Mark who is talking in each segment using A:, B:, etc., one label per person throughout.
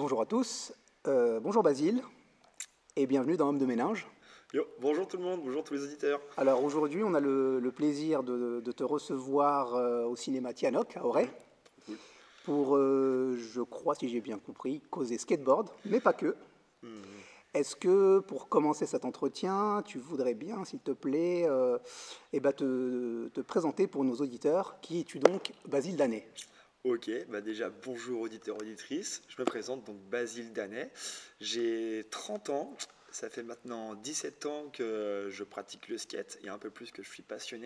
A: Bonjour à tous, bonjour Basile et bienvenue dans Homme de Ménage.
B: Yo, bonjour tout le monde, bonjour tous les auditeurs.
A: Alors aujourd'hui on a le plaisir de te recevoir au cinéma Tianoc à Auray
B: Trop cool.
A: pour, je crois si j'ai bien compris, causer skateboard, mais pas que.
B: Mhm.
A: Est-ce que pour commencer cet entretien, tu voudrais bien, s'il te plaît, te présenter pour nos auditeurs? Qui es-tu donc, Basile Danet?
B: Ok, bah déjà bonjour auditeurs, auditrices. Je me présente donc Basile Danet. J'ai 30 ans. Ça fait maintenant 17 ans que je pratique le skate et un peu plus que je suis passionné.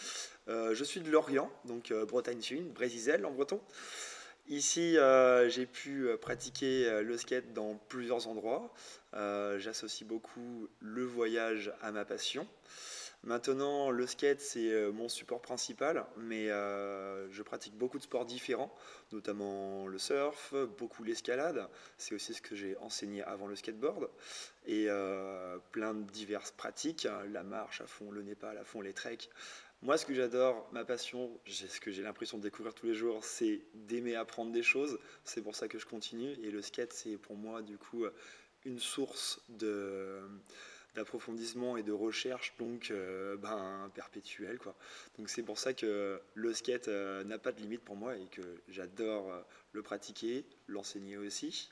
B: Je suis de Lorient, donc Bretagne Sud, Brésisel en breton. Ici, j'ai pu pratiquer le skate dans plusieurs endroits. J'associe beaucoup le voyage à ma passion. Maintenant, le skate, c'est mon support principal, mais je pratique beaucoup de sports différents, notamment le surf, beaucoup l'escalade. C'est aussi ce que j'ai enseigné avant le skateboard. Et plein de diverses pratiques, hein, la marche à fond, le Népal à fond, les treks. Moi, ce que j'adore, ma passion, ce que j'ai l'impression de découvrir tous les jours, c'est d'aimer apprendre des choses. C'est pour ça que je continue. Et le skate, c'est pour moi, du coup, une source d'approfondissement et de recherche, donc perpétuelle, quoi. Donc c'est pour ça que le skate n'a pas de limite pour moi et que j'adore le pratiquer, l'enseigner aussi.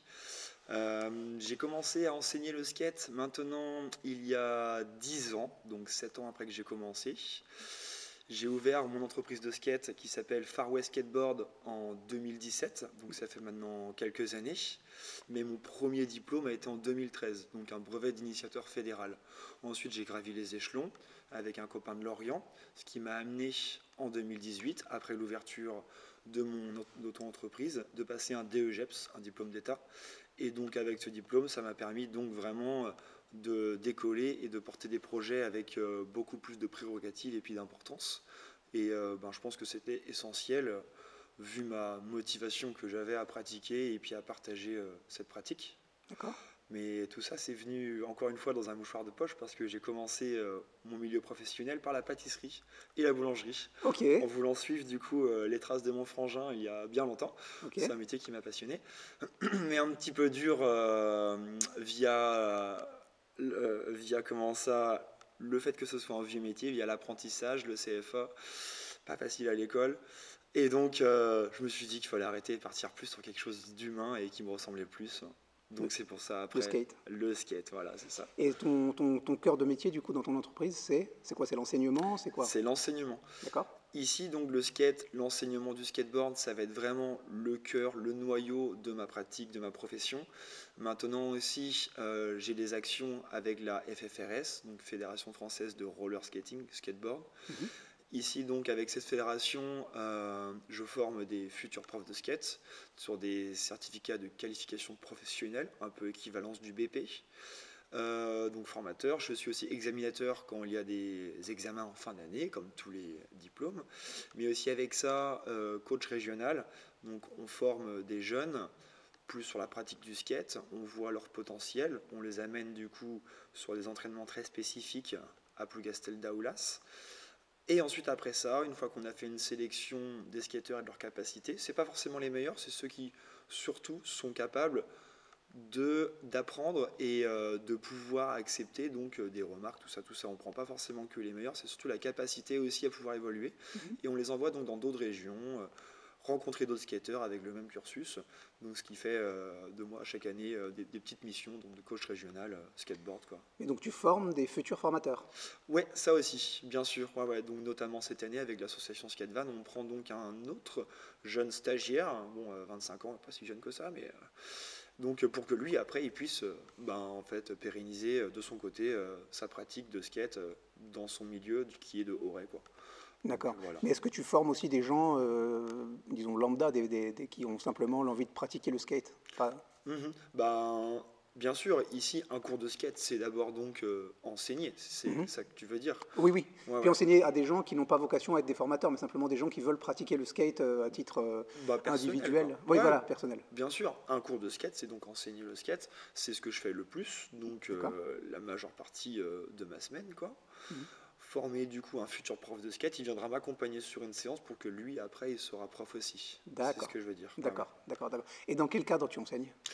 B: J'ai commencé à enseigner le skate maintenant il y a 10 ans, donc 7 ans après que j'ai commencé. J'ai ouvert mon entreprise de skate qui s'appelle Far West Skateboard en 2017, donc ça fait maintenant quelques années. Mais mon premier diplôme a été en 2013, donc un brevet d'initiateur fédéral. Ensuite, j'ai gravi les échelons avec un copain de Lorient, ce qui m'a amené en 2018, après l'ouverture de mon auto-entreprise, de passer un DEGEPS, un diplôme d'État. Et donc avec ce diplôme, ça m'a permis donc vraiment de décoller et de porter des projets avec beaucoup plus de prérogatives et puis d'importance. Et je pense que c'était essentiel vu ma motivation que j'avais à pratiquer et puis à partager cette pratique.
A: D'accord?
B: Mais tout ça, c'est venu encore une fois dans un mouchoir de poche parce que j'ai commencé mon milieu professionnel par la pâtisserie et la boulangerie,
A: Ok,
B: en voulant suivre du coup les traces de mon frangin il y a bien longtemps.
A: ok,
B: C'est un métier qui m'a passionné, mais un petit peu dur via comment ça, le fait que ce soit un vieux métier, via l'apprentissage, le CFA, pas facile à l'école. Et donc, je me suis dit qu'il fallait arrêter et partir plus sur quelque chose d'humain et qui me ressemblait plus.
A: le,
B: Donc, c'est pour ça,
A: le
B: après,
A: skate.
B: le skate, voilà, c'est ça.
A: Et ton cœur de métier, du coup, dans ton entreprise, c'est quoi? C'est l'enseignement? C'est quoi?
B: C'est l'enseignement.
A: D'accord?
B: Ici, donc, le skate, l'enseignement du skateboard, ça va être vraiment le cœur, le noyau de ma pratique, de ma profession. Maintenant aussi, j'ai des actions avec la FFRS, donc Fédération Française de Roller Skating, Skateboard.
A: Mhm.
B: Ici, donc, avec cette fédération, je forme des futurs profs de skate sur des certificats de qualification professionnelle, un peu équivalence du BP. Donc formateur, je suis aussi examinateur quand il y a des examens en fin d'année, comme tous les diplômes, mais aussi avec ça, coach régional. Donc on forme des jeunes plus sur la pratique du skate, on voit leur potentiel, on les amène du coup sur des entraînements très spécifiques à Plougastel d'Aoulas. Et ensuite, après ça, une fois qu'on a fait une sélection des skateurs et de leurs capacités, c'est pas forcément les meilleurs, c'est ceux qui surtout sont capables d'apprendre et de pouvoir accepter donc des remarques, tout ça. On prend pas forcément que les meilleurs, c'est surtout la capacité aussi à pouvoir évoluer.
A: Mhm.
B: Et on les envoie donc dans d'autres régions, rencontrer d'autres skateurs avec le même cursus. Donc ce qui fait de moi chaque année des petites missions donc de coach régional skateboard quoi.
A: Et donc tu formes des futurs formateurs.
B: Ouais, ça aussi, bien sûr. Ouais, ouais. Donc notamment cette année avec l'association Skatevan, on prend donc un autre jeune stagiaire, bon 25 ans, pas si jeune que ça, mais donc pour que lui après il puisse en fait pérenniser de son côté sa pratique de skate dans son milieu qui est de Auray quoi. Donc
A: D'accord.
B: voilà.
A: Mais est-ce que tu formes aussi des gens, disons lambda, qui ont simplement l'envie de pratiquer le skate? Pas...
B: Mhm. Bien sûr, ici un cours de skate c'est d'abord donc enseigner, c'est
A: Mhm.
B: ça que tu veux dire.
A: Oui, oui.
B: Ouais
A: Puis
B: ouais.
A: enseigner à des gens qui n'ont pas vocation à être des formateurs, mais simplement des gens qui veulent pratiquer le skate à titre
B: Bah personnel quoi.
A: individuel. Oui,
B: Ouais,
A: voilà, personnel.
B: bien sûr, un cours de skate, c'est donc enseigner le skate, c'est ce que je fais le plus, donc
A: D'accord.
B: la majeure partie de ma semaine quoi.
A: Mhm.
B: Former du coup un futur prof de skate, il viendra m'accompagner sur une séance pour que lui après il sera prof aussi. C'est ce
A: D'accord.
B: que je veux dire. Ouais, ouais.
A: D'accord, d'accord, d'accord. Et dans quel cadre tu enseignes?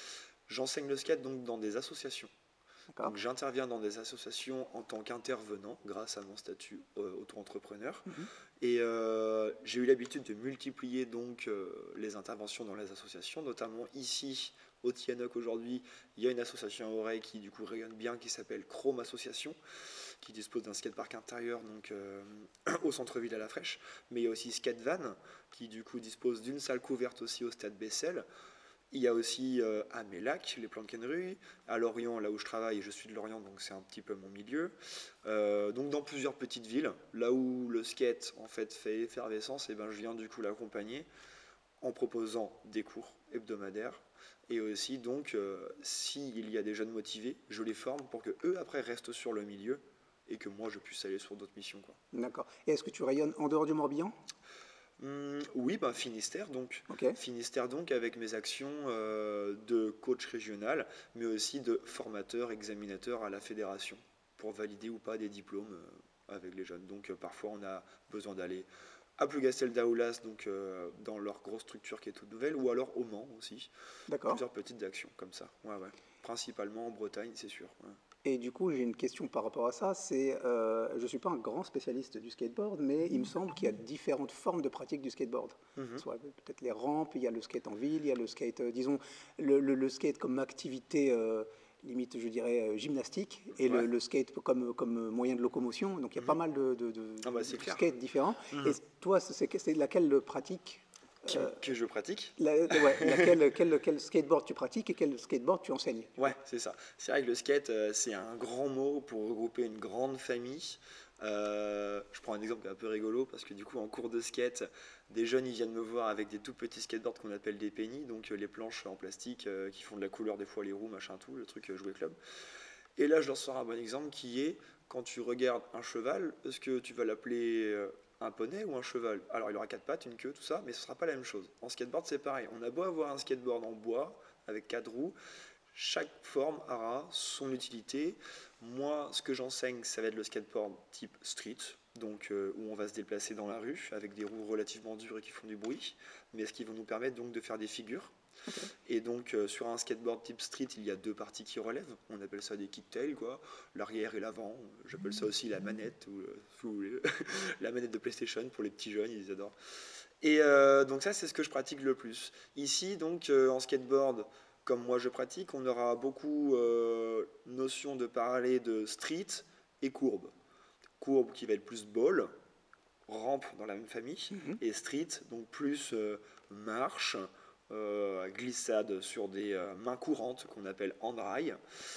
B: J'enseigne le skate donc dans des associations.
A: D'accord.
B: Donc j'interviens dans des associations en tant qu'intervenant grâce à mon statut auto-entrepreneur.
A: Mhm.
B: Et j'ai eu l'habitude de multiplier donc les interventions dans les associations, notamment ici au Tianoc aujourd'hui, il y a une association à Auray qui du coup rayonne bien, qui s'appelle Chrome Association, qui dispose d'un skatepark intérieur donc au centre-ville à La Fraîche, mais il y a aussi Skatevan qui du coup dispose d'une salle couverte aussi au stade Bessel. Il y a aussi à Mélac, les Plankenrue, à Lorient, là où je travaille, je suis de Lorient, donc c'est un petit peu mon milieu. Donc dans plusieurs petites villes, là où le skate en fait effervescence, et ben je viens du coup l'accompagner en proposant des cours hebdomadaires. Et aussi donc, s'il y a des jeunes motivés, je les forme pour que eux après restent sur le milieu et que moi je puisse aller sur d'autres missions, quoi.
A: D'accord. Et est-ce que tu rayonnes en dehors du Morbihan?
B: Oui, bah, Finistère donc.
A: Ok.
B: Finistère donc avec mes actions de coach régional, mais aussi de formateur, examinateur à la fédération pour valider ou pas des diplômes avec les jeunes. Donc parfois on a besoin d'aller à Plougastel d'Aoulas, donc dans leur grosse structure qui est toute nouvelle, ou alors au Mans aussi.
A: D'accord.
B: Plusieurs petites actions comme ça. Ouais, ouais. Principalement en Bretagne, c'est sûr. Ouais.
A: Et du coup, j'ai une question par rapport à ça. Je ne suis pas un grand spécialiste du skateboard, mais il me semble qu'il y a différentes formes de pratique du skateboard.
B: Mhm.
A: Soit peut-être les rampes, il y a le skate en ville, il y a le skate, disons, le skate comme activité, limite, je dirais, gymnastique, et
B: Ouais.
A: le skate comme moyen de locomotion. Donc il y a pas
B: Mhm.
A: mal
B: Ah bah c'est
A: de
B: clair.
A: skates différents.
B: Mhm.
A: Et toi, c'est laquelle pratique
B: Que je pratique.
A: ouais, quel skateboard tu pratiques et quel skateboard tu enseignes, du coup.
B: Ouais, c'est ça. C'est vrai que le skate, c'est un grand mot pour regrouper une grande famille. Je prends un exemple un peu rigolo parce que du coup en cours de skate, des jeunes ils viennent me voir avec des tout petits skateboards qu'on appelle des pennies, donc les planches en plastique qui font de la couleur des fois les roues, machin tout, le truc jouet club. Et là je leur sors un bon exemple qui est quand tu regardes un cheval, est-ce que tu vas l'appeler un poney ou un cheval? Alors il aura quatre pattes, une queue, tout ça, mais ce sera pas la même chose. En skateboard c'est pareil. On a beau avoir un skateboard en bois avec quatre roues, chaque forme aura son utilité. Moi, ce que j'enseigne, ça va être le skateboard type street, donc où on va se déplacer dans la rue avec des roues relativement dures et qui font du bruit, mais ce qui va nous permettre donc de faire des figures.
A: Ok.
B: Et donc sur un skateboard type street, il y a deux parties qui relèvent. On appelle ça des kicktails, quoi. L'arrière et l'avant. J'appelle ça aussi la manette ou si vous voulez, la manette de PlayStation pour les petits jeunes, ils adorent. Et donc ça, c'est ce que je pratique le plus. Ici, donc en skateboard, comme moi je pratique, on aura beaucoup notion de parler de street et courbe. Courbe qui va être plus ball, rampe dans la même famille,
A: Mhm.
B: et street, donc plus marche, glissade sur des mains courantes qu'on appelle hand-rail.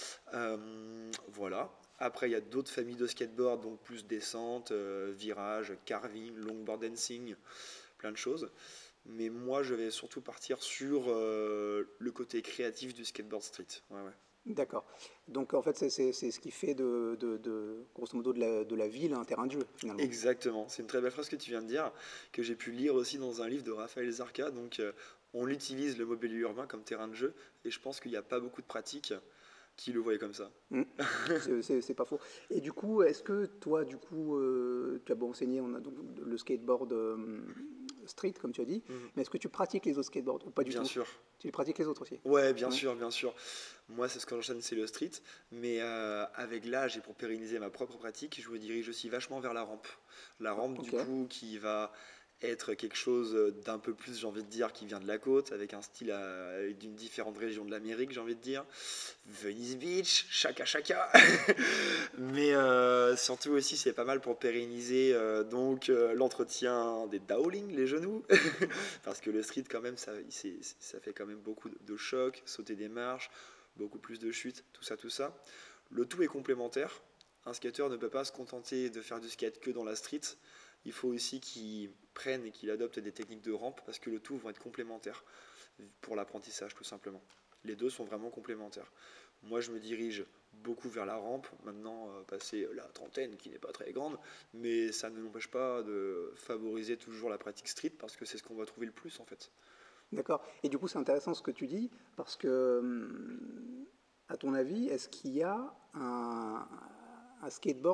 B: Voilà. Après, il y a d'autres familles de skateboard, donc plus descente, virage, carving, longboard dancing, plein de choses. Mais moi, je vais surtout partir sur le côté créatif du skateboard street. Ouais, ouais.
A: D'accord. Donc en fait, c'est ce qui fait grosso modo de la ville un terrain de jeu, finalement.
B: Exactement. C'est une très belle phrase que tu viens de dire, que j'ai pu lire aussi dans un livre de Raphaël Zarka. Donc, on utilise le mobilier urbain comme terrain de jeu, et je pense qu'il n'y a pas beaucoup de pratiques qui le voyaient comme ça.
A: Mm. C'est pas faux. Et du coup, est-ce que toi, du coup, tu as beau enseigner, on a donc le skateboard street, comme tu as dit,
B: Mhm.
A: mais est-ce que tu pratiques les autres skateboards ou pas du
B: Bien
A: tout?
B: sûr.
A: Tu les pratiques les autres aussi?
B: Ouais, bien
A: Ouais.
B: sûr, bien sûr. Moi, c'est ce que j'enchaîne, c'est le street. Mais avec l'âge et pour pérenniser ma propre pratique, je me dirige aussi vachement vers la rampe. La rampe, du
A: Ok.
B: coup, qui va être quelque chose d'un peu plus, j'ai envie de dire, qui vient de la côte, avec un style d'une différente région de l'Amérique, j'ai envie de dire. Venice Beach, chaka chaka. Mais surtout aussi, c'est pas mal pour pérenniser donc l'entretien des dowling, les genoux. Parce que le street, quand même, ça fait quand même beaucoup de chocs, sauter des marches, beaucoup plus de chutes, tout ça, tout ça. Le tout est complémentaire. Un skateur ne peut pas se contenter de faire du skate que dans la street. Il faut aussi qu'il prenne et qu'il adopte des techniques de rampe parce que le tout vont être complémentaires pour l'apprentissage, tout simplement. Les deux sont vraiment complémentaires. Moi, je me dirige beaucoup vers la rampe, maintenant passer la trentaine qui n'est pas très grande, mais ça ne m'empêche pas de favoriser toujours la pratique street parce que c'est ce qu'on va trouver le plus en fait.
A: D'accord. Et du coup, c'est intéressant ce que tu dis, parce que, à ton avis, est-ce qu'il y a un skateboard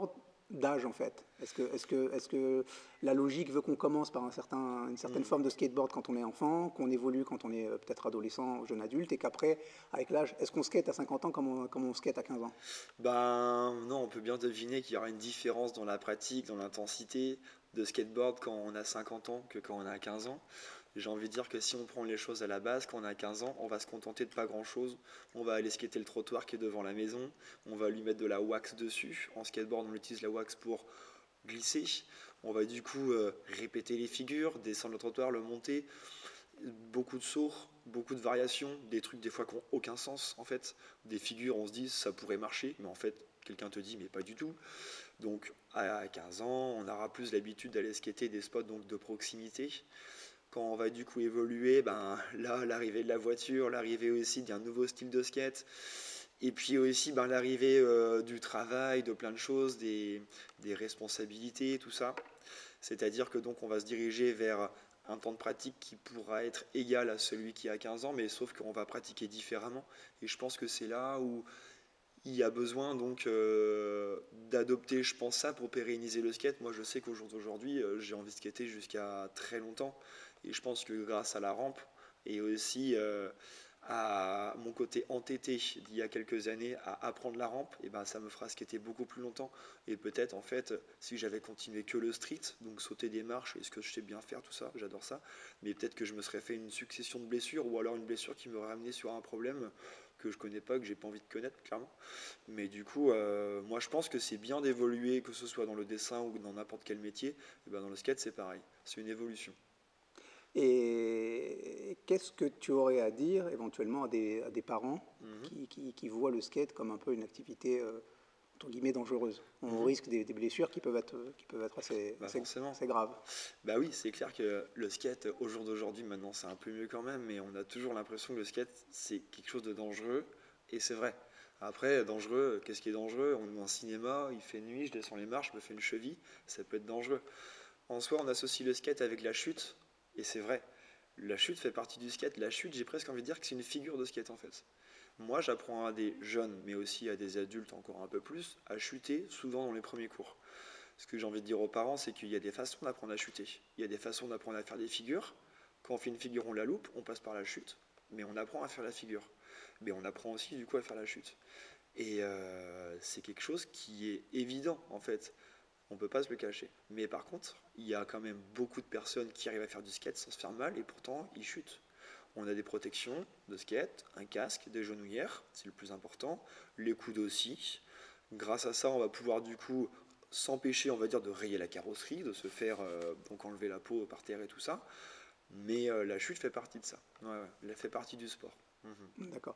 A: d'âge en fait? Est-ce que la logique veut qu'on commence par une certaine forme de skateboard quand on est enfant, qu'on évolue quand on est peut-être adolescent ou jeune adulte, et qu'après, avec l'âge, est-ce qu'on skate à 50 ans comme on skate à 15 ans?
B: Ben non, on peut bien deviner qu'il y aura une différence dans la pratique, dans l'intensité de skateboard quand on a 50 ans que quand on a 15 ans. J'ai envie de dire que si on prend les choses à la base, quand on a 15 ans, on va se contenter de pas grand-chose. On va aller skater le trottoir qui est devant la maison, on va lui mettre de la wax dessus. En skateboard, on utilise la wax pour glisser. On va du coup répéter les figures, descendre le trottoir, le monter. Beaucoup de sauts, beaucoup de variations, des trucs des fois qui n'ont aucun sens en fait. Des figures, on se dit ça pourrait marcher, mais en fait, quelqu'un te dit mais pas du tout. Donc à 15 ans, on aura plus l'habitude d'aller skater des spots donc, de proximité. Quand on va du coup évoluer, ben, là, l'arrivée de la voiture, l'arrivée aussi d'un nouveau style de skate, et puis aussi ben, l'arrivée du travail, de plein de choses, des responsabilités, tout ça. C'est-à-dire que donc on va se diriger vers un temps de pratique qui pourra être égal à celui qui a 15 ans, mais sauf qu'on va pratiquer différemment. Et je pense que c'est là où il y a besoin donc d'adopter, je pense, ça pour pérenniser le skate. Moi, je sais qu'au jour d'aujourd'hui, j'ai envie de skater jusqu'à très longtemps. Et je pense que grâce à la rampe et aussi à mon côté entêté d'il y a quelques années à apprendre la rampe, et ben ça me fera skater beaucoup plus longtemps. Et peut-être en fait, si j'avais continué que le street, donc sauter des marches, et ce que je sais bien faire, tout ça, j'adore ça, mais peut-être que je me serais fait une succession de blessures, ou alors une blessure qui m'aurait amené sur un problème que je connais pas, que j'ai pas envie de connaître, clairement. Mais du coup, moi je pense que c'est bien d'évoluer, que ce soit dans le dessin ou dans n'importe quel métier, et ben dans le skate c'est pareil, c'est une évolution.
A: Et qu'est-ce que tu aurais à dire éventuellement à des parents
B: Mhm,
A: qui voient le skate comme un peu une activité entre guillemets dangereuse? On
B: mhm.
A: risque des blessures qui peuvent être
B: Bah forcément.
A: assez graves.
B: Bah oui, c'est clair que le skate, au jour d'aujourd'hui, maintenant c'est un peu mieux quand même, mais on a toujours l'impression que le skate c'est quelque chose de dangereux, et c'est vrai. Après, dangereux, qu'est-ce qui est dangereux? On est dans un cinéma, il fait nuit, je descends les marches, je me fais une cheville, ça peut être dangereux. En soi, on associe le skate avec la chute, et c'est vrai. La chute fait partie du skate. La chute, j'ai presque envie de dire que c'est une figure de skate en fait. Moi, j'apprends à des jeunes, mais aussi à des adultes encore un peu plus, à chuter souvent dans les premiers cours. Ce que j'ai envie de dire aux parents, c'est qu'il y a des façons d'apprendre à chuter. Il y a des façons d'apprendre à faire des figures. Quand on fait une figure, on la loupe, on passe par la chute, mais on apprend à faire la figure. Mais on apprend aussi du coup à faire la chute. Et c'est quelque chose qui est évident en fait. On ne peut pas se le cacher. Mais par contre, il y a quand même beaucoup de personnes qui arrivent à faire du skate sans se faire mal et pourtant ils chutent. On a des protections de skate, un casque, des genouillères, c'est le plus important, les coudes aussi. Grâce à ça, on va pouvoir du coup s'empêcher, on va dire, de rayer la carrosserie, de se faire donc enlever la peau par terre et tout ça. Mais la chute fait partie de ça. Ouais, ouais, elle fait partie du sport. Mhm.
A: D'accord.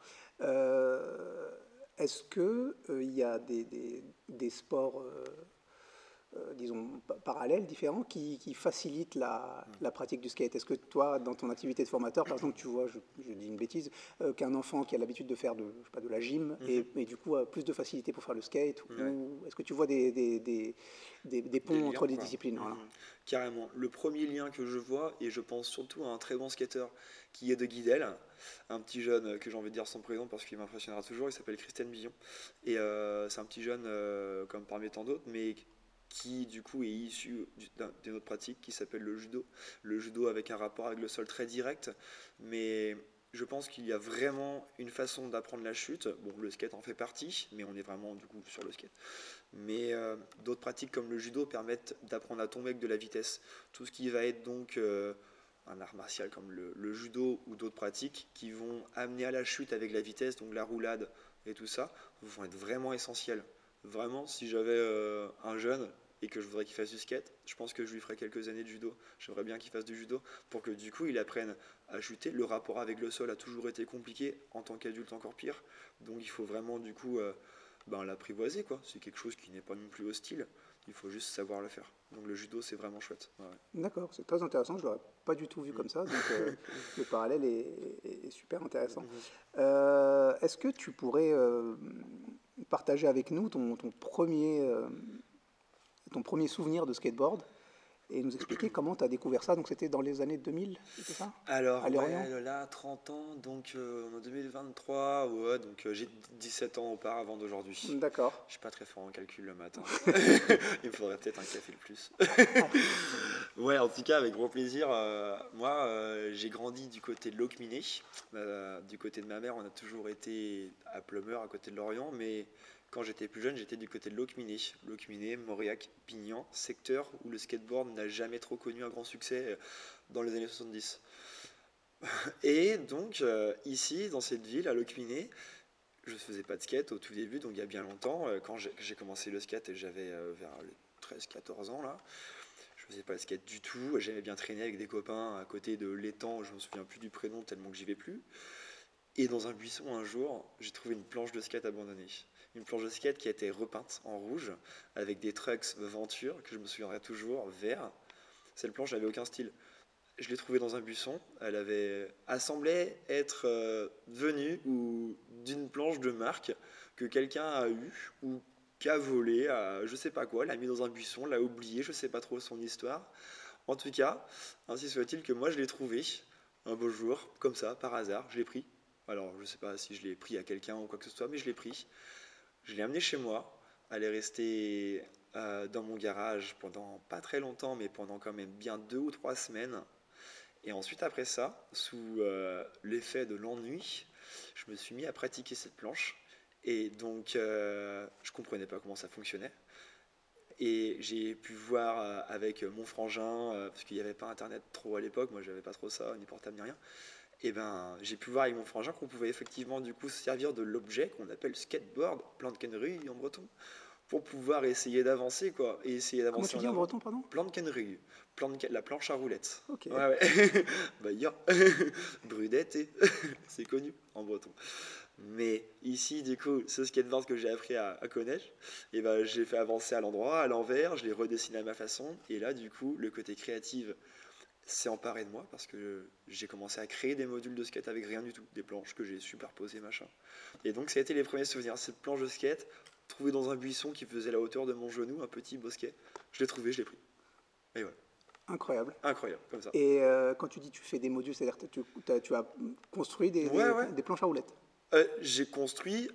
A: Est-ce que il y a des sports disons, parallèles, différents, qui facilitent la pratique du skate? Est-ce que toi, dans ton activité de formateur, par exemple, tu vois, je dis une bêtise, qu'un enfant qui a l'habitude de faire je sais pas, de la gym
B: Mhm.
A: et du coup a plus de facilité pour faire le skate,
B: Ouais.
A: ou est-ce que tu vois des
B: Des
A: ponts
B: liens,
A: entre les
B: quoi.
A: disciplines? Voilà.
B: Mhm. Carrément. Le premier lien que je vois, et je pense surtout à un très bon skateur qui est de Guidel, un petit jeune que j'ai envie de dire son prénom parce qu'il m'impressionnera toujours, il s'appelle Christian Billon. Et c'est un petit jeune comme parmi tant d'autres, mais qui du coup est issu d'une autre pratique qui s'appelle le judo. Le judo avec un rapport avec le sol très direct, mais je pense qu'il y a vraiment une façon d'apprendre la chute. Bon, le skate en fait partie, mais on est vraiment du coup sur le skate. Mais d'autres pratiques comme le judo permettent d'apprendre à tomber avec de la vitesse. Tout ce qui va être donc un art martial comme le judo ou d'autres pratiques qui vont amener à la chute avec la vitesse, donc la roulade et tout ça, vont être vraiment essentiels. Vraiment, si j'avais un jeune et que je voudrais qu'il fasse du skate, je pense que je lui ferais quelques années de judo. J'aimerais bien qu'il fasse du judo pour que du coup il apprenne à chuter. Le rapport avec le sol a toujours été compliqué, en tant qu'adulte encore pire. Donc il faut vraiment du coup ben, l'apprivoiser, quoi. C'est quelque chose qui n'est pas non plus hostile. Il faut juste savoir le faire. Donc le judo, c'est vraiment chouette. Ouais.
A: D'accord, c'est très intéressant, je ne l'aurais pas du tout vu comme ça, donc le parallèle est super intéressant.
B: Mhm.
A: Est-ce que tu pourrais partager avec nous ton premier souvenir de skateboard et nous expliquer comment tu as découvert ça. Donc c'était dans les années 2000, c'est ça?
B: Alors,
A: À Lorient?
B: ouais, là, 30 ans, donc en 2023, ouais, donc j'ai 17 ans auparavant d'aujourd'hui.
A: D'accord.
B: Je suis pas très fort en calcul le matin. Il me faudrait peut-être un café de plus. Ouais, en tout cas, avec grand plaisir. Moi, j'ai grandi du côté de Locminé. Du côté de ma mère, on a toujours été à Pleumeur, à côté de Lorient, mais quand j'étais plus jeune, j'étais du côté de Locminé. Locminé, Mauriac, Pignan, secteur où le skateboard n'a jamais trop connu un grand succès dans les années 70. Et donc, ici, dans cette ville, à Locminé, je ne faisais pas de skate au tout début, donc il y a bien longtemps, quand j'ai commencé le skate, j'avais vers les 13-14 ans là. Je faisais pas de skate du tout, j'aimais bien traîner avec des copains à côté de l'étang, je me souviens plus du prénom tellement que j'y vais plus. Et dans un buisson un jour, j'ai trouvé une planche de skate abandonnée. Une planche de skate qui a été repeinte en rouge avec des trucks Venture que je me souviendrai toujours, vert. Cette planche n'avait aucun style. Je l'ai trouvée dans un buisson. Elle avait semblait être venue ou d'une planche de marque que quelqu'un a eu ou qu'a volé, je sais pas quoi, l'a mis dans un buisson, l'a oublié, je sais pas trop son histoire. En tout cas, ainsi soit-il que moi je l'ai trouvé un beau jour, comme ça, par hasard, je l'ai pris. Alors je sais pas si je l'ai pris à quelqu'un ou quoi que ce soit, mais je l'ai pris. Je l'ai amené chez moi. Elle est restée dans mon garage pendant pas très longtemps, mais pendant quand même bien 2 ou 3 semaines. Et ensuite, après ça, sous l'effet de l'ennui, je me suis mis à pratiquer cette planche. Et donc, je comprenais pas comment ça fonctionnait. Et j'ai pu voir avec mon frangin, parce qu'il n'y avait pas internet trop à l'époque, moi j'avais pas trop ça, ni portable ni rien. Et ben, j'ai pu voir avec mon frangin qu'on pouvait effectivement du coup se servir de l'objet qu'on appelle skateboard, plankenrug en breton, pour pouvoir essayer d'avancer quoi, et essayer
A: Comment
B: d'avancer
A: tu
B: en
A: dis en
B: avant.
A: breton, pardon?
B: Plankenrug, la planche à roulettes.
A: Ok.
B: Ouais, ouais. Bah, ya. Brudette, c'est connu en breton. Mais ici, du coup, ce skateboard que j'ai appris à connaître, et ben, j'ai fait avancer à l'endroit, à l'envers, je l'ai redessiné à ma façon, et là, du coup, le côté créatif s'est emparé de moi parce que j'ai commencé à créer des modules de skate avec rien du tout, des planches que j'ai superposées, machin. Et donc, ça a été les premiers souvenirs. Cette planche de skate, trouvée dans un buisson qui faisait la hauteur de mon genou, un petit bosquet, je l'ai trouvé, je l'ai pris. Et voilà,
A: Incroyable.
B: incroyable, comme ça.
A: Et quand tu dis tu fais des modules, c'est-à-dire que tu as construit
B: Ouais, ouais.
A: des planches à roulettes.
B: J'ai construit,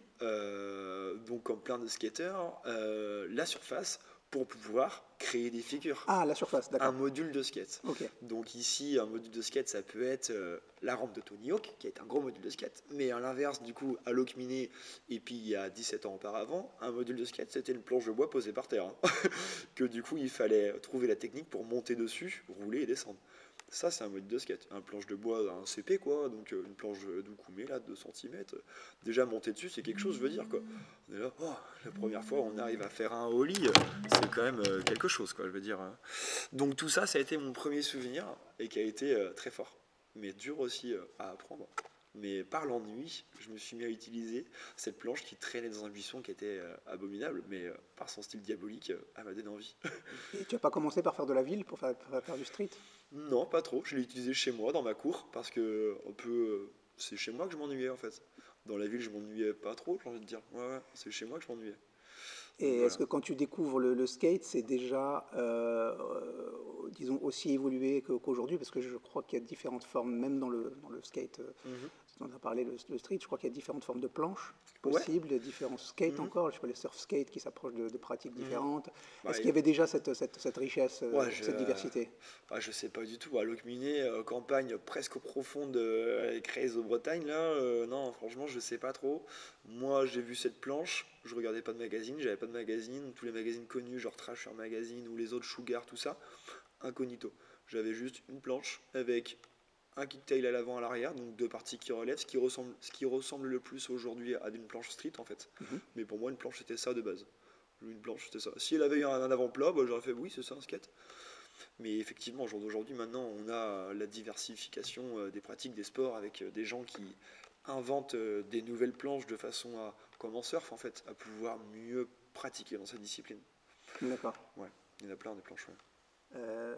B: donc comme plein de skateurs, la surface pour pouvoir créer des figures.
A: Ah, la surface,
B: Un
A: d'accord.
B: module de skate.
A: Ok.
B: Donc ici, un module de skate, ça peut être la rampe de Tony Hawk, qui est un gros module de skate. Mais à l'inverse, du coup, à Locminé, et puis il y a 17 ans auparavant, un module de skate, c'était une planche de bois posée par terre. Hein. Que du coup, il fallait trouver la technique pour monter dessus, rouler et descendre. Ça, c'est un module de skate. Un planche de bois, un CP, quoi. Donc une planche d'Oukoumé, là, de 2 cm. Déjà, monter dessus, c'est quelque chose, je veux dire, quoi. On est là, oh, la première fois, on arrive à faire un ollie, c'est quand même quelque chose, quoi, je veux dire. Hein. Donc tout ça, ça a été mon premier souvenir et qui a été très fort, mais dur aussi à apprendre. Mais par l'ennui, je me suis mis à utiliser cette planche qui traînait dans un buisson qui était abominable, mais par son style diabolique, elle m'a donné envie.
A: Et tu n'as pas commencé par faire de la ville pour faire du street?
B: Non, pas trop. Je l'ai utilisé chez moi, dans ma cour, parce que c'est chez moi que je m'ennuyais en fait. Dans la ville, je m'ennuyais pas trop, j'ai envie de dire. Ouais, ouais, c'est chez moi que je m'ennuyais. Donc
A: Et est-ce
B: voilà.
A: que quand tu découvres le skate, c'est déjà, disons, aussi évolué qu'aujourd'hui? Parce que je crois qu'il y a différentes formes, même dans le skate,
B: Mhm.
A: on a parlé le street, je crois qu'il y a différentes formes de planches
B: Ouais.
A: possibles, différents skates
B: Mhm.
A: encore, je sais pas, les surf skate qui s'approchent de pratiques
B: Mhm.
A: différentes.
B: Bah,
A: Est-ce qu'il y avait déjà cette richesse,
B: ouais,
A: cette diversité?
B: je sais pas du tout. À Locminé, campagne presque profonde avec Creuse au Bretagne, là, non, franchement, je sais pas trop. Moi, j'ai vu cette planche, je regardais pas de magazine, j'avais pas de magazine. Tous les magazines connus, genre Trasher Magazine ou les autres Sugar, tout ça, incognito. J'avais juste une planche avec un kicktail à l'avant, à l'arrière, donc 2 parties qui relèvent, ce qui ressemble le plus aujourd'hui à une planche street en fait.
A: Mhm.
B: Mais pour moi, une planche c'était ça de base. Une planche c'était ça. Si elle avait eu un avant-plat, bah, j'aurais fait oui, c'est ça un skate. Mais effectivement, au jour d'aujourd'hui, maintenant, on a la diversification des pratiques des sports avec des gens qui inventent des nouvelles planches de façon à, comme en surf en fait, à pouvoir mieux pratiquer dans cette discipline.
A: D'accord.
B: Ouais, il y en a plein des planches. Ouais.
A: Euh,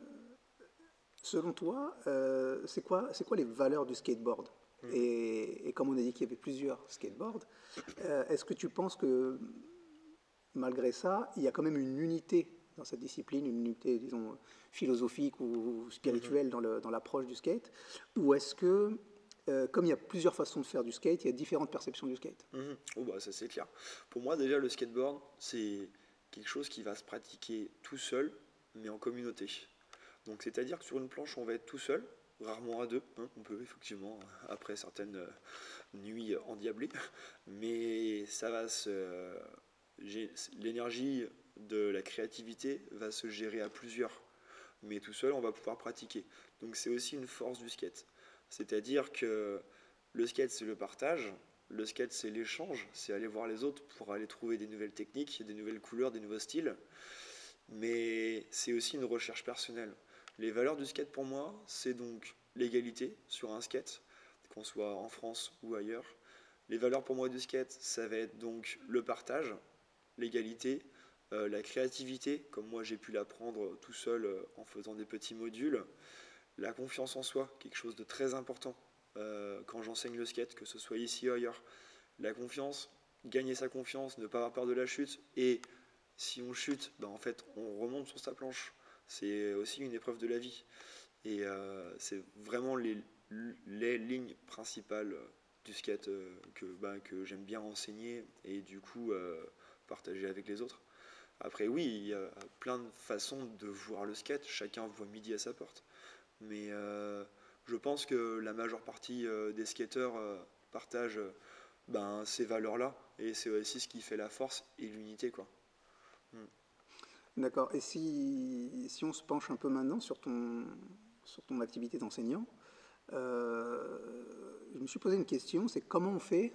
A: Selon toi, c'est quoi les valeurs du skateboard?
B: Mhm.
A: Et comme on a dit qu'il y avait plusieurs skateboards, est-ce que tu penses que malgré ça, il y a quand même une unité dans cette discipline, une unité, disons, philosophique ou spirituelle dans l'approche du skate? Ou est-ce que, comme il y a plusieurs façons de faire du skate, il y a différentes perceptions du skate?
B: Oh bah ça c'est clair. Pour moi déjà le skateboard c'est quelque chose qui va se pratiquer tout seul mais en communauté. Donc c'est-à-dire que sur une planche on va être tout seul, rarement à deux, hein. On peut effectivement après certaines nuits endiablées, mais ça va l'énergie de la créativité va se gérer à plusieurs, mais tout seul on va pouvoir pratiquer. Donc c'est aussi une force du skate. C'est-à-dire que le skate c'est le partage, le skate c'est l'échange, c'est aller voir les autres pour aller trouver des nouvelles techniques, des nouvelles couleurs, des nouveaux styles, mais c'est aussi une recherche personnelle. Les valeurs du skate pour moi, c'est donc l'égalité sur un skate, qu'on soit en France ou ailleurs. Les valeurs pour moi du skate, ça va être donc le partage, l'égalité, la créativité, comme moi j'ai pu l'apprendre tout seul en faisant des petits modules, la confiance en soi, quelque chose de très important quand j'enseigne le skate, que ce soit ici ou ailleurs. La confiance, gagner sa confiance, ne pas avoir peur de la chute, et si on chute, ben en fait on remonte sur sa planche. C'est aussi une épreuve de la vie. Et c'est vraiment les lignes principales du skate que j'aime bien enseigner et du coup partager avec les autres. Après oui, il y a plein de façons de voir le skate, chacun voit midi à sa porte. Mais je pense que la majeure partie des skateurs partagent ces valeurs-là et c'est aussi ce qui fait la force et l'unité quoi. Mm.
A: D'accord. Et si on se penche un peu maintenant sur ton activité d'enseignant, je me suis posé une question, c'est comment on fait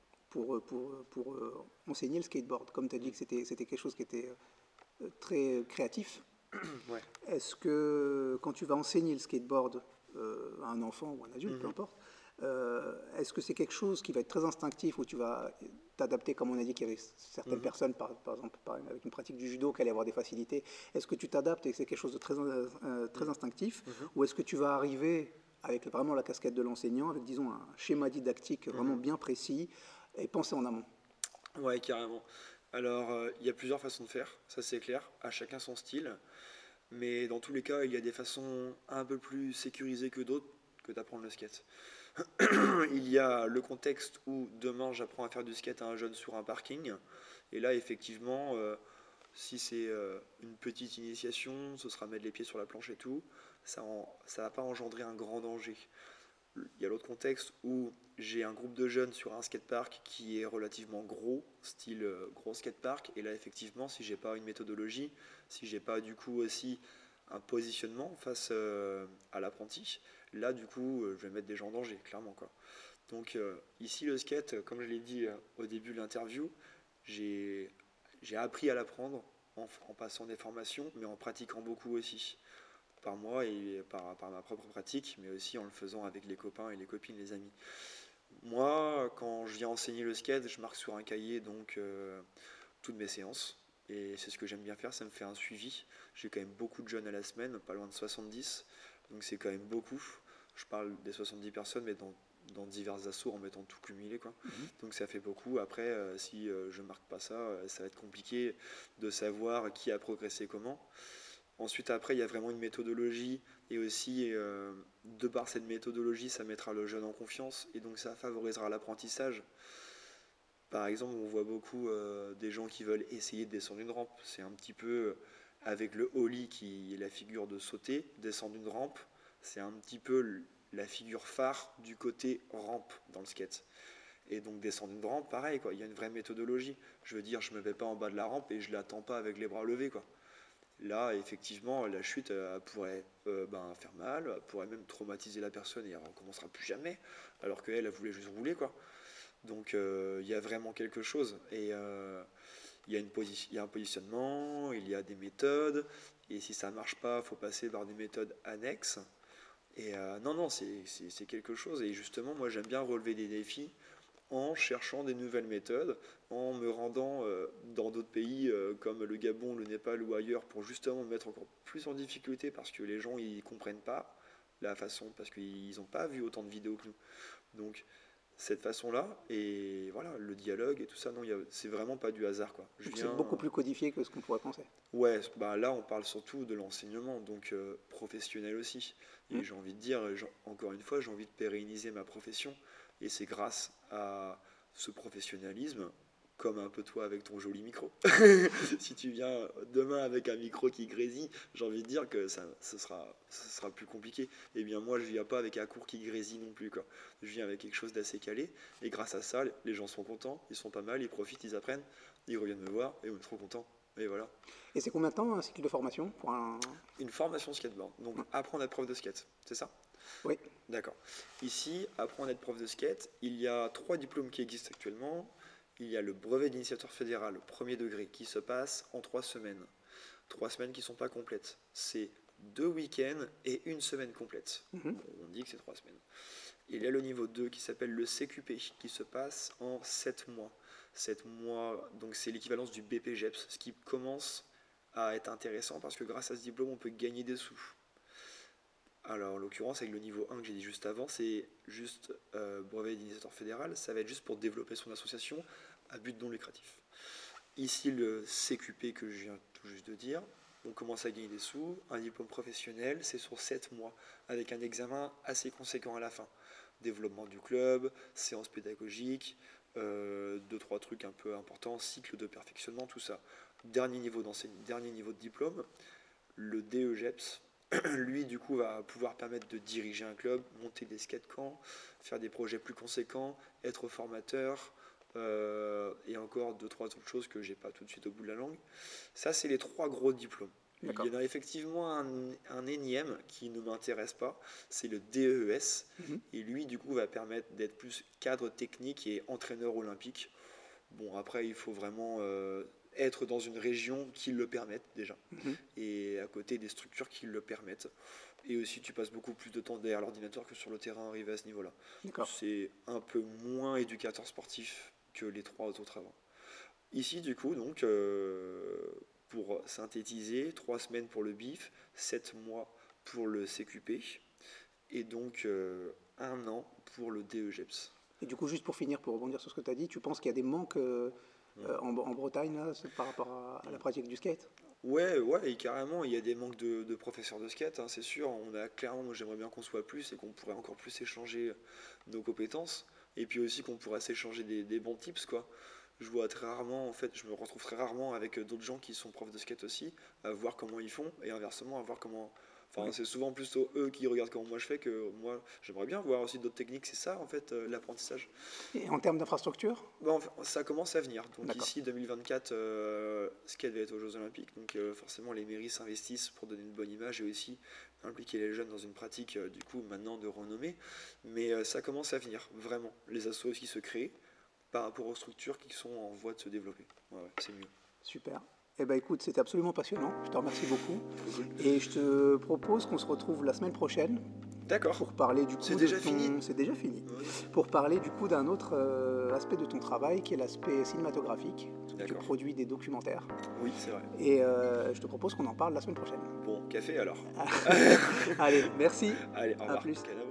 A: pour enseigner le skateboard? Comme tu as dit que c'était quelque chose qui était très créatif,
B: Ouais.
A: est-ce que quand tu vas enseigner le skateboard à un enfant ou un adulte, peu
B: Mhm.
A: importe, est-ce que c'est quelque chose qui va être très instinctif où tu vas t'adapter, comme on a dit qu'il y avait certaines
B: Mhm.
A: personnes, par exemple, avec une pratique du judo, qui allaient avoir des facilités, est-ce que tu t'adaptes et que c'est quelque chose de très instinctif,
B: Mhm.
A: ou est-ce que tu vas arriver avec vraiment la casquette de l'enseignant, avec, disons, un schéma didactique vraiment
B: Mhm.
A: bien précis et pensé en amont?
B: Ouais, carrément. Alors, il y a plusieurs façons de faire, ça c'est clair, à chacun son style, mais dans tous les cas, il y a des façons un peu plus sécurisées que d'autres que d'apprendre le skate. Il y a le contexte où demain j'apprends à faire du skate à un jeune sur un parking, et là effectivement, si c'est une petite initiation, ce sera mettre les pieds sur la planche et tout, ça va pas engendrer un grand danger. Il y a l'autre contexte où j'ai un groupe de jeunes sur un skatepark qui est relativement gros, style gros skatepark, et là effectivement, si j'ai pas une méthodologie, si j'ai pas du coup aussi un positionnement face à l'apprenti, là du coup je vais mettre des gens en danger, clairement quoi. Donc ici le skate, comme je l'ai dit au début de l'interview, j'ai j'ai appris à l'apprendre en passant des formations, mais en pratiquant beaucoup aussi par moi et par ma propre pratique, mais aussi en le faisant avec les copains et les copines, les amis. Moi, quand je viens enseigner le skate, je marque sur un cahier donc toutes mes séances. Et c'est ce que j'aime bien faire, ça me fait un suivi. J'ai quand même beaucoup de jeunes à la semaine, pas loin de 70. Donc c'est quand même beaucoup. Je parle des 70 personnes, mais dans divers assauts en mettant tout cumulé quoi.
A: Mhm.
B: Donc ça fait beaucoup. Après, si je marque pas ça, ça va être compliqué de savoir qui a progressé comment. Ensuite, après, il y a vraiment une méthodologie et aussi, de par cette méthodologie, ça mettra le jeune en confiance et donc ça favorisera l'apprentissage. Par exemple, on voit beaucoup des gens qui veulent essayer de descendre une rampe. C'est un petit peu avec le ollie qui est la figure de sauter, descendre une rampe. C'est un petit peu la figure phare du côté rampe dans le skate. Et donc descendre une rampe, pareil, quoi. Il y a une vraie méthodologie. Je veux dire, je me mets pas en bas de la rampe et je l'attends pas avec les bras levés, quoi. Là, effectivement, la chute elle pourrait faire mal, elle pourrait même traumatiser la personne et elle ne recommencera plus jamais, alors qu'elle, elle voulait juste rouler, quoi. Donc, il y a vraiment quelque chose. Et il y a un positionnement, il y a des méthodes, et si ça ne marche pas, il faut passer par des méthodes annexes. Et non, non, c'est quelque chose. Et justement, moi, j'aime bien relever des défis en cherchant des nouvelles méthodes, en me rendant dans d'autres pays comme le Gabon, le Népal ou ailleurs pour justement me mettre encore plus en difficulté parce que les gens ils comprennent pas la façon, parce qu'ils n'ont pas vu autant de vidéos que nous. Donc cette façon-là. Et voilà, le dialogue et tout ça, non, c'est vraiment pas du hasard, quoi.
A: Donc c'est beaucoup plus codifié que ce qu'on pourrait penser.
B: Ouais, bah là, on parle surtout de l'enseignement, donc professionnel aussi. Et j'ai envie de dire, encore une fois, j'ai envie de pérenniser ma profession. Et c'est grâce à ce professionnalisme, comme un peu toi avec ton joli micro. Si tu viens demain avec un micro qui grésille, j'ai envie de dire que ce sera plus compliqué. Et bien moi, je viens pas avec un cours qui grésille non plus, quoi. Je viens avec quelque chose d'assez calé. Et grâce à ça, les gens sont contents, ils sont pas mal, ils profitent, ils apprennent, ils reviennent me voir et on est trop contents. Et voilà.
A: Et c'est combien de temps un cycle de formation pour
B: Une formation skateboard. Donc apprendre à être prof de skate, c'est ça?
A: Oui.
B: D'accord. Ici, apprendre à être prof de skate, il y a 3 diplômes qui existent actuellement. Il y a le brevet d'initiateur fédéral premier degré qui se passe en 3 semaines. 3 semaines qui ne sont pas complètes. C'est 2 week-ends et 1 semaine complète. Bon, on dit que c'est 3 semaines. Il y a le niveau 2 qui s'appelle le CQP qui se passe en 7 mois. 7 mois, donc c'est l'équivalence du BPGEPS, ce qui commence à être intéressant parce que grâce à ce diplôme, on peut gagner des sous. Alors, en l'occurrence, avec le niveau 1 que j'ai dit juste avant, c'est juste brevet d'initiateur fédéral. Ça va être juste pour développer son association à but non lucratif. Ici, le CQP que je viens tout juste de dire, on commence à gagner des sous. Un diplôme professionnel, c'est sur 7 mois, avec un examen assez conséquent à la fin. Développement du club, séances pédagogiques, 2-3 trucs un peu importants, cycle de perfectionnement, tout ça. Dernier niveau d'enseignement, dernier niveau de diplôme, le DEGEPS. Lui, du coup, va pouvoir permettre de diriger un club, monter des skate camps, faire des projets plus conséquents, être formateur, et encore 2-3 autres choses que j'ai pas tout de suite au bout de la langue. Ça, c'est les 3 gros diplômes.
A: D'accord.
B: Il y en a effectivement un énième qui ne m'intéresse pas, c'est le DES. Et lui, du coup, va permettre d'être plus cadre technique et entraîneur olympique. Bon, après, il faut vraiment être dans une région qui le permette déjà, et à côté des structures qui le permettent. Et aussi, tu passes beaucoup plus de temps derrière l'ordinateur que sur le terrain arrivé à ce niveau-là.
A: D'accord.
B: C'est un peu moins éducateur sportif que les 3 autres avant. Ici, du coup, donc, pour synthétiser, 3 semaines pour le BIF, 7 mois pour le CQP, et donc 1 an pour le DEGEPS.
A: Et du coup, juste pour finir, pour rebondir sur ce que tu as dit, tu penses qu'il y a des manques en Bretagne là, par rapport à la pratique du skate?
B: Ouais, et carrément, il y a des manques de professeurs de skate, hein, c'est sûr. On a clairement, moi j'aimerais bien qu'on soit plus et qu'on pourrait encore plus échanger nos compétences. Et puis aussi qu'on pourrait s'échanger des bons tips, quoi. Je vois très rarement, en fait, je me retrouve très rarement avec d'autres gens qui sont profs de skate aussi, à voir comment ils font et inversement à voir comment. Enfin, c'est souvent plutôt eux qui regardent comment moi je fais que moi. J'aimerais bien voir aussi d'autres techniques, c'est ça en fait l'apprentissage.
A: Et en termes d'infrastructure?
B: Bon, ça commence à venir. Donc
A: D'accord.
B: ici, 2024, skate va être aux Jeux Olympiques. Donc forcément, les mairies s'investissent pour donner une bonne image et aussi impliquer les jeunes dans une pratique, du coup, maintenant de renommée. Mais ça commence à venir, vraiment. Les assos aussi se créent par rapport aux structures qui sont en voie de se développer. Ouais, c'est mieux.
A: Super. Eh ben écoute, c'était absolument passionnant. Je te remercie beaucoup. Et je te propose qu'on se retrouve la semaine prochaine.
B: D'accord.
A: Pour parler du coup
B: C'est déjà fini.
A: C'est déjà fini.
B: Ouais.
A: Pour parler du coup d'un autre aspect de ton travail qui est l'aspect cinématographique. Tu
B: D'accord.
A: produis des documentaires.
B: Oui, c'est vrai.
A: Et je te propose qu'on en parle la semaine prochaine.
B: Bon, café alors.
A: Allez, merci.
B: Allez, au revoir.
A: À plus.